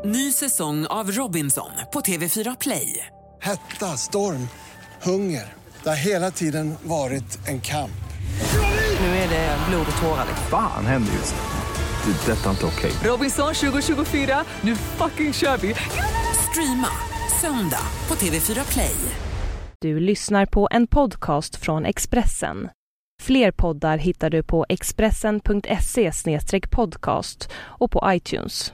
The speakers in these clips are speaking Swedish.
Ny säsong av Robinson på TV4 Play. Hetta, storm, hunger. Det har hela tiden varit en kamp. Nu är det blod och tårar. Fan händer just nu. Det. Detta är inte okej. Robinson 2024, nu fucking kör vi. Streama söndag på TV4 Play. Du lyssnar på en podcast från Expressen. Fler poddar hittar du på expressen.se/podcast och på iTunes.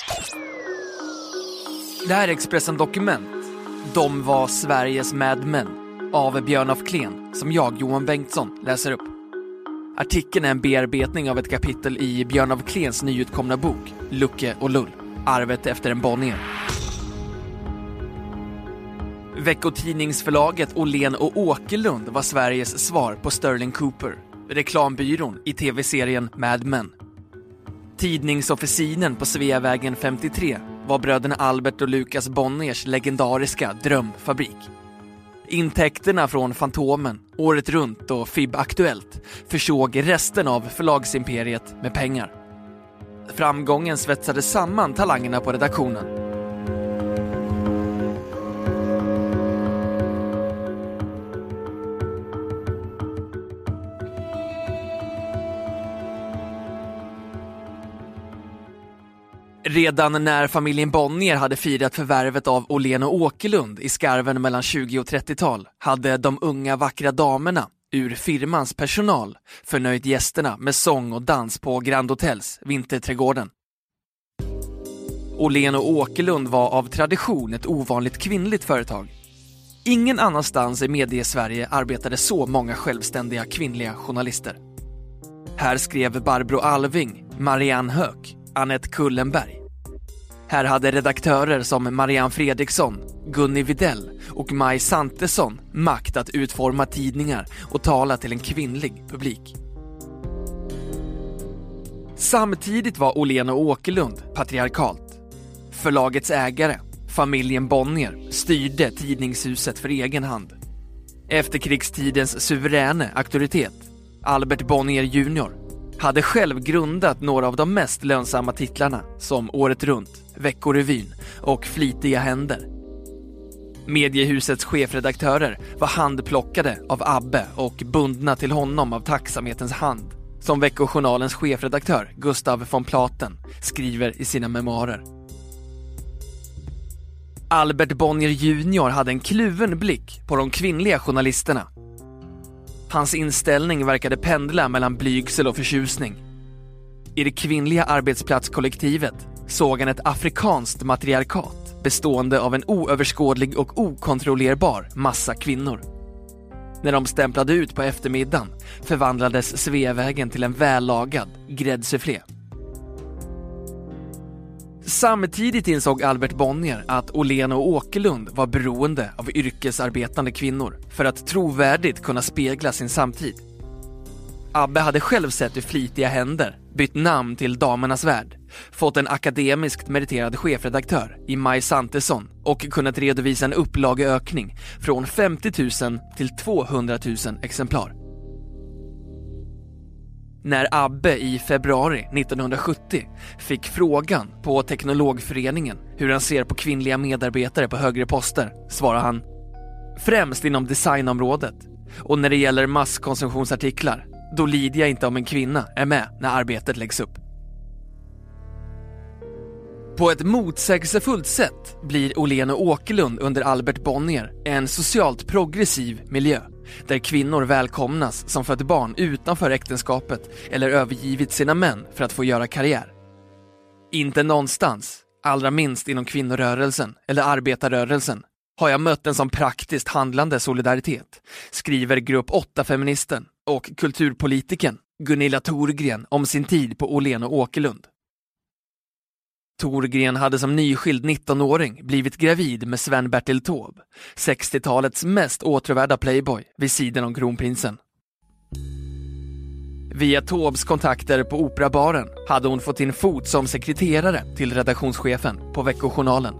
Det här är Expressen Dokument. De var Sveriges Mad Men av Björn af Kleen, som jag, Johan Bengtsson, läser upp. Artikeln är en bearbetning av ett kapitel i Björn af Kleens nyutkomna bok Lucke och Lull, arvet efter en Bonnier. Veckotidningsförlaget Åhlén och Åkerlund var Sveriges svar på Sterling Cooper, reklambyrån i tv-serien Mad Men. Tidningsofficinen på Sveavägen 53 var bröderna Albert och Lukas Bonniers legendariska drömfabrik. Intäkterna från Fantomen, Året runt och FIB Aktuellt försåg resten av förlagsimperiet med pengar. Framgången svetsade samman talangerna på redaktionen. Redan när familjen Bonnier hade firat förvärvet av Åhlén och Åkerlund i skarven mellan 20- och 30-tal hade de unga vackra damerna ur firmans personal förnöjt gästerna med sång och dans på Grand Hotels Vinterträdgården. Åhlén och Åkerlund var av tradition ett ovanligt kvinnligt företag. Ingen annanstans i medie-Sverige arbetade så många självständiga kvinnliga journalister. Här skrev Barbro Alving, Marianne Höök, Annette Kullenberg. Här hade redaktörer som Marianne Fredriksson, Gunni Videll och Maj Santesson makt att utforma tidningar och tala till en kvinnlig publik. Samtidigt var Åhlén och Åkerlund patriarkalt. Förlagets ägare, familjen Bonnier, styrde tidningshuset för egen hand. Efterkrigstidens suveräne auktoritet, Albert Bonnier Jr., hade själv grundat några av de mest lönsamma titlarna som Året runt, Veckorevyn och Flitiga händer. Mediehusets chefredaktörer var handplockade av Abbe och bundna till honom av tacksamhetens hand, som Veckojournalens chefredaktör Gustav von Platen skriver i sina memoarer. Albert Bonnier Jr. hade en kluven blick på de kvinnliga journalisterna. Hans inställning verkade pendla mellan blygsel och förtjusning. I det kvinnliga arbetsplatskollektivet såg han ett afrikanskt matriarkat bestående av en oöverskådlig och okontrollerbar massa kvinnor. När de stämplade ut på eftermiddagen förvandlades Sveavägen till en vällagad gräddsufflé. Samtidigt insåg Albert Bonnier att Åhlén och Åkerlund var beroende av yrkesarbetande kvinnor för att trovärdigt kunna spegla sin samtid. Abbe hade själv sett hur Flitiga händer bytt namn till Damernas värld, fått en akademiskt meriterad chefredaktör i Maj Santesson och kunnat redovisa en upplageökning från 50 000 till 200 000 exemplar. När Abbe i februari 1970 fick frågan på Teknologföreningen hur han ser på kvinnliga medarbetare på högre poster, svarade han: främst inom designområdet, och när det gäller masskonsumtionsartiklar, då lider jag inte om en kvinna är med när arbetet läggs upp. På ett motsägelsefullt sätt blir Åhlén och Åkerlund under Albert Bonnier en socialt progressiv miljö, där kvinnor välkomnas som fött barn utanför äktenskapet eller övergivit sina män för att få göra karriär. Inte någonstans, allra minst inom kvinnorörelsen eller arbetarrörelsen, har jag mött en som praktiskt handlande solidaritet, skriver grupp 8-feministen och kulturpolitiken Gunilla Thorgren om sin tid på Åhlén och Åkerlund. Thorgren hade som nyskild 19-åring blivit gravid med Sven-Bertil Taube, 60-talets mest åtråvärda playboy vid sidan om kronprinsen. Via Taubes kontakter på Operabaren hade hon fått in fot som sekreterare till redaktionschefen på Veckojournalen.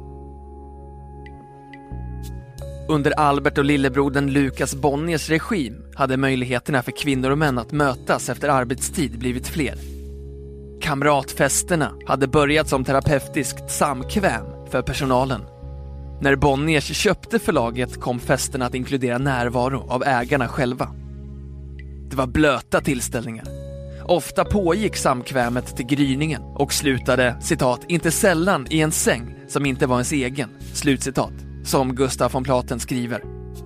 Under Albert och lillebrodern Lukas Bonniers regim hade möjligheterna för kvinnor och män att mötas efter arbetstid blivit fler. Kamratfesterna hade börjat som terapeutiskt samkväm för personalen. När Bonniers köpte förlaget kom festerna att inkludera närvaro av ägarna själva. Det var blöta tillställningar. Ofta pågick samkvämet till gryningen och slutade, citat, inte sällan i en säng som inte var ens egen, slutcitat, som Gustaf von Platen skriver.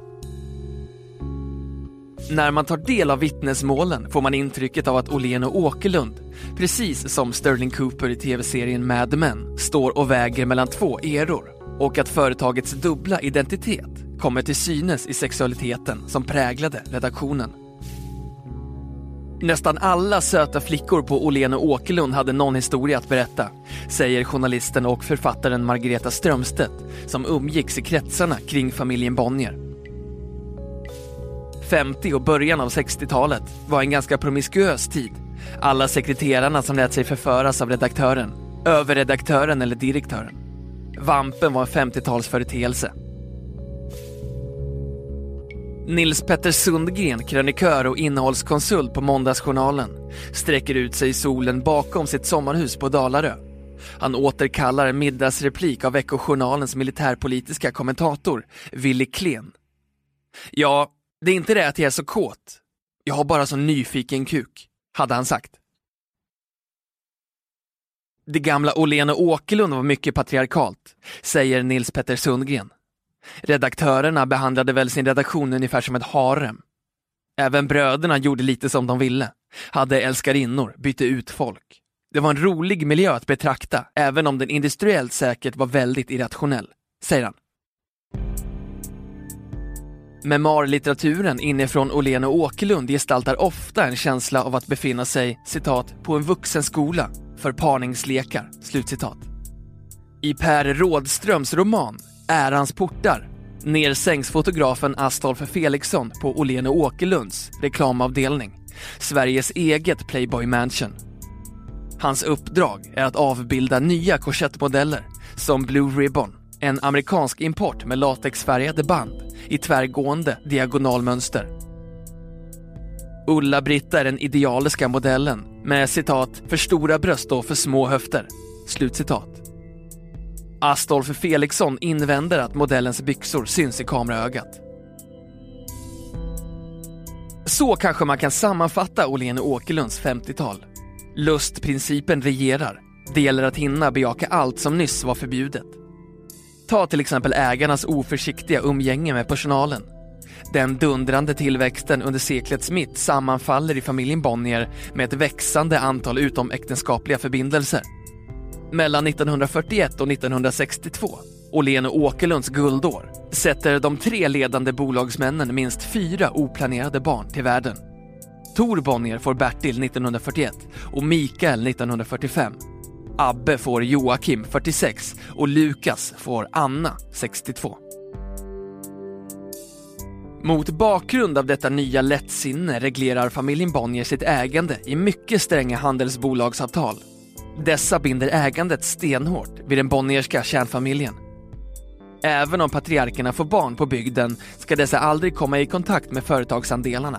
När man tar del av vittnesmålen får man intrycket av att Åhlén och Åkerlund, precis som Sterling Cooper i tv-serien Mad Men, står och väger mellan två eror och att företagets dubbla identitet kommer till synes i sexualiteten som präglade redaktionen. Nästan alla söta flickor på Åhlén och Åkerlund hade någon historia att berätta, säger journalisten och författaren Margareta Strömstedt som umgicks i kretsarna kring familjen Bonnier. 50 och början av 60-talet var en ganska promiskuös tid. Alla sekreterarna som lät sig förföras av redaktören, överredaktören eller direktören. Vampen var en 50-talsföreteelse. Nils Petter Sundgren, krönikör och innehållskonsult på Måndagsjournalen, sträcker ut sig i solen bakom sitt sommarhus på Dalarö. Han återkallar en middagsreplik av Veckojournalens militärpolitiska kommentator, Willy Klen. Ja, det är inte det att jag är så kåt. Jag har bara så nyfiken kuk, hade han sagt. Det gamla Åhlén och Åkerlund var mycket patriarkalt, säger Nils Petter Sundgren. Redaktörerna behandlade väl sin redaktion ungefär som ett harem. Även bröderna gjorde lite som de ville. Hade älskarinnor, bytte ut folk. Det var en rolig miljö att betrakta, även om den industriellt säkert var väldigt irrationell, säger han. Memoarlitteraturen inifrån Åhlén och Åkerlund gestaltar ofta en känsla av att befinna sig, citat, på en vuxenskola för parningslekar, slutcitat. I Per Rådströms roman Ärans portar nersänks fotografen Astolf Felixson på Åhlén och Åkerlunds reklamavdelning, Sveriges eget Playboy Mansion. Hans uppdrag är att avbilda nya korsettmodeller som Blue Ribbon, en amerikansk import med latexfärgade band i tvärgående diagonalmönster. Ulla-Britta är den idealiska modellen med, citat, för stora bröst och för små höfter, slutcitat. Astolf Felixson invänder att modellens byxor syns i kameraögat. Så kanske man kan sammanfatta Åhlén och Åkerlunds 50-tal. Lustprincipen regerar. Det gäller att hinna bejaka allt som nyss var förbjudet. Ta till exempel ägarnas oförsiktiga umgänge med personalen. Den dundrande tillväxten under seklets mitt sammanfaller i familjen Bonnier med ett växande antal utomäktenskapliga förbindelser. Mellan 1941 och 1962, Åhlén och Åkerlunds guldår, sätter de 3 ledande bolagsmännen minst 4 oplanerade barn till världen. Tor Bonnier får Bertil 1941 och Mikael 1945. Abbe får Joakim 46 och Lukas får Anna 62. Mot bakgrund av detta nya lättsinne reglerar familjen Bonnier sitt ägande i mycket stränga handelsbolagsavtal. Dessa binder ägandet stenhårt vid den bonnierska kärnfamiljen. Även om patriarkerna får barn på bygden ska dessa aldrig komma i kontakt med företagsandelarna.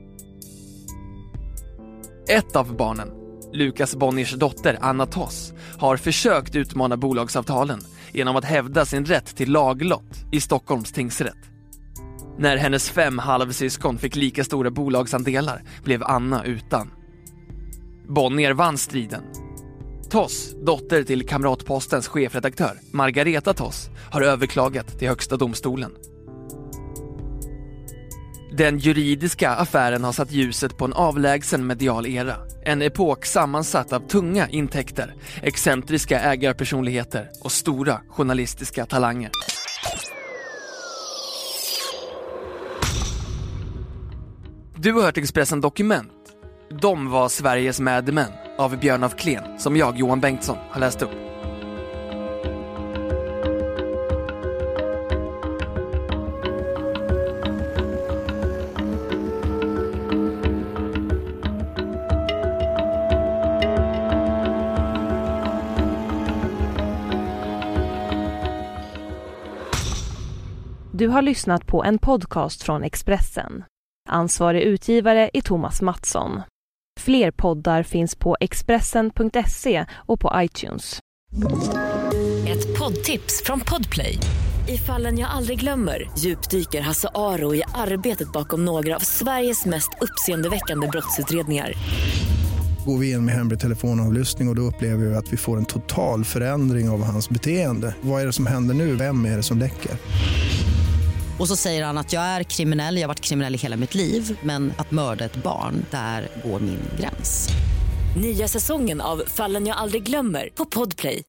Ett av barnen, Lukas Bonniers dotter Anna Toss, har försökt utmana bolagsavtalen genom att hävda sin rätt till laglott i Stockholms tingsrätt. När hennes 5 halvsyskon fick lika stora bolagsandelar blev Anna utan. Bonnier vann striden. Toss, dotter till Kamratpostens chefredaktör Margareta Toss, har överklagat till Högsta domstolen. Den juridiska affären har satt ljuset på en avlägsen medial era. En epok sammansatt av tunga intäkter, excentriska ägarpersonligheter och stora journalistiska talanger. Du har hört Expressen Dokument. De var Sveriges Mad Men av Björn af Kleen, som jag, Johan Bengtsson, har läst upp. Du har lyssnat på en podcast från Expressen. Ansvarig utgivare är Thomas Mattsson. Fler poddar finns på Expressen.se och på iTunes. Ett poddtips från Podplay. I Fallen jag aldrig glömmer djupdyker Hasse Aro i arbetet bakom några av Sveriges mest uppseendeväckande brottsutredningar. Går vi in med hemlig telefonavlyssning och då upplever vi att vi får en total förändring av hans beteende. Vad är det som händer nu? Vem är det som läcker? Och så säger han att jag är kriminell, jag har varit kriminell i hela mitt liv. Men att mörda ett barn, där går min gräns. Nya säsongen av Fallen jag aldrig glömmer på Podplay.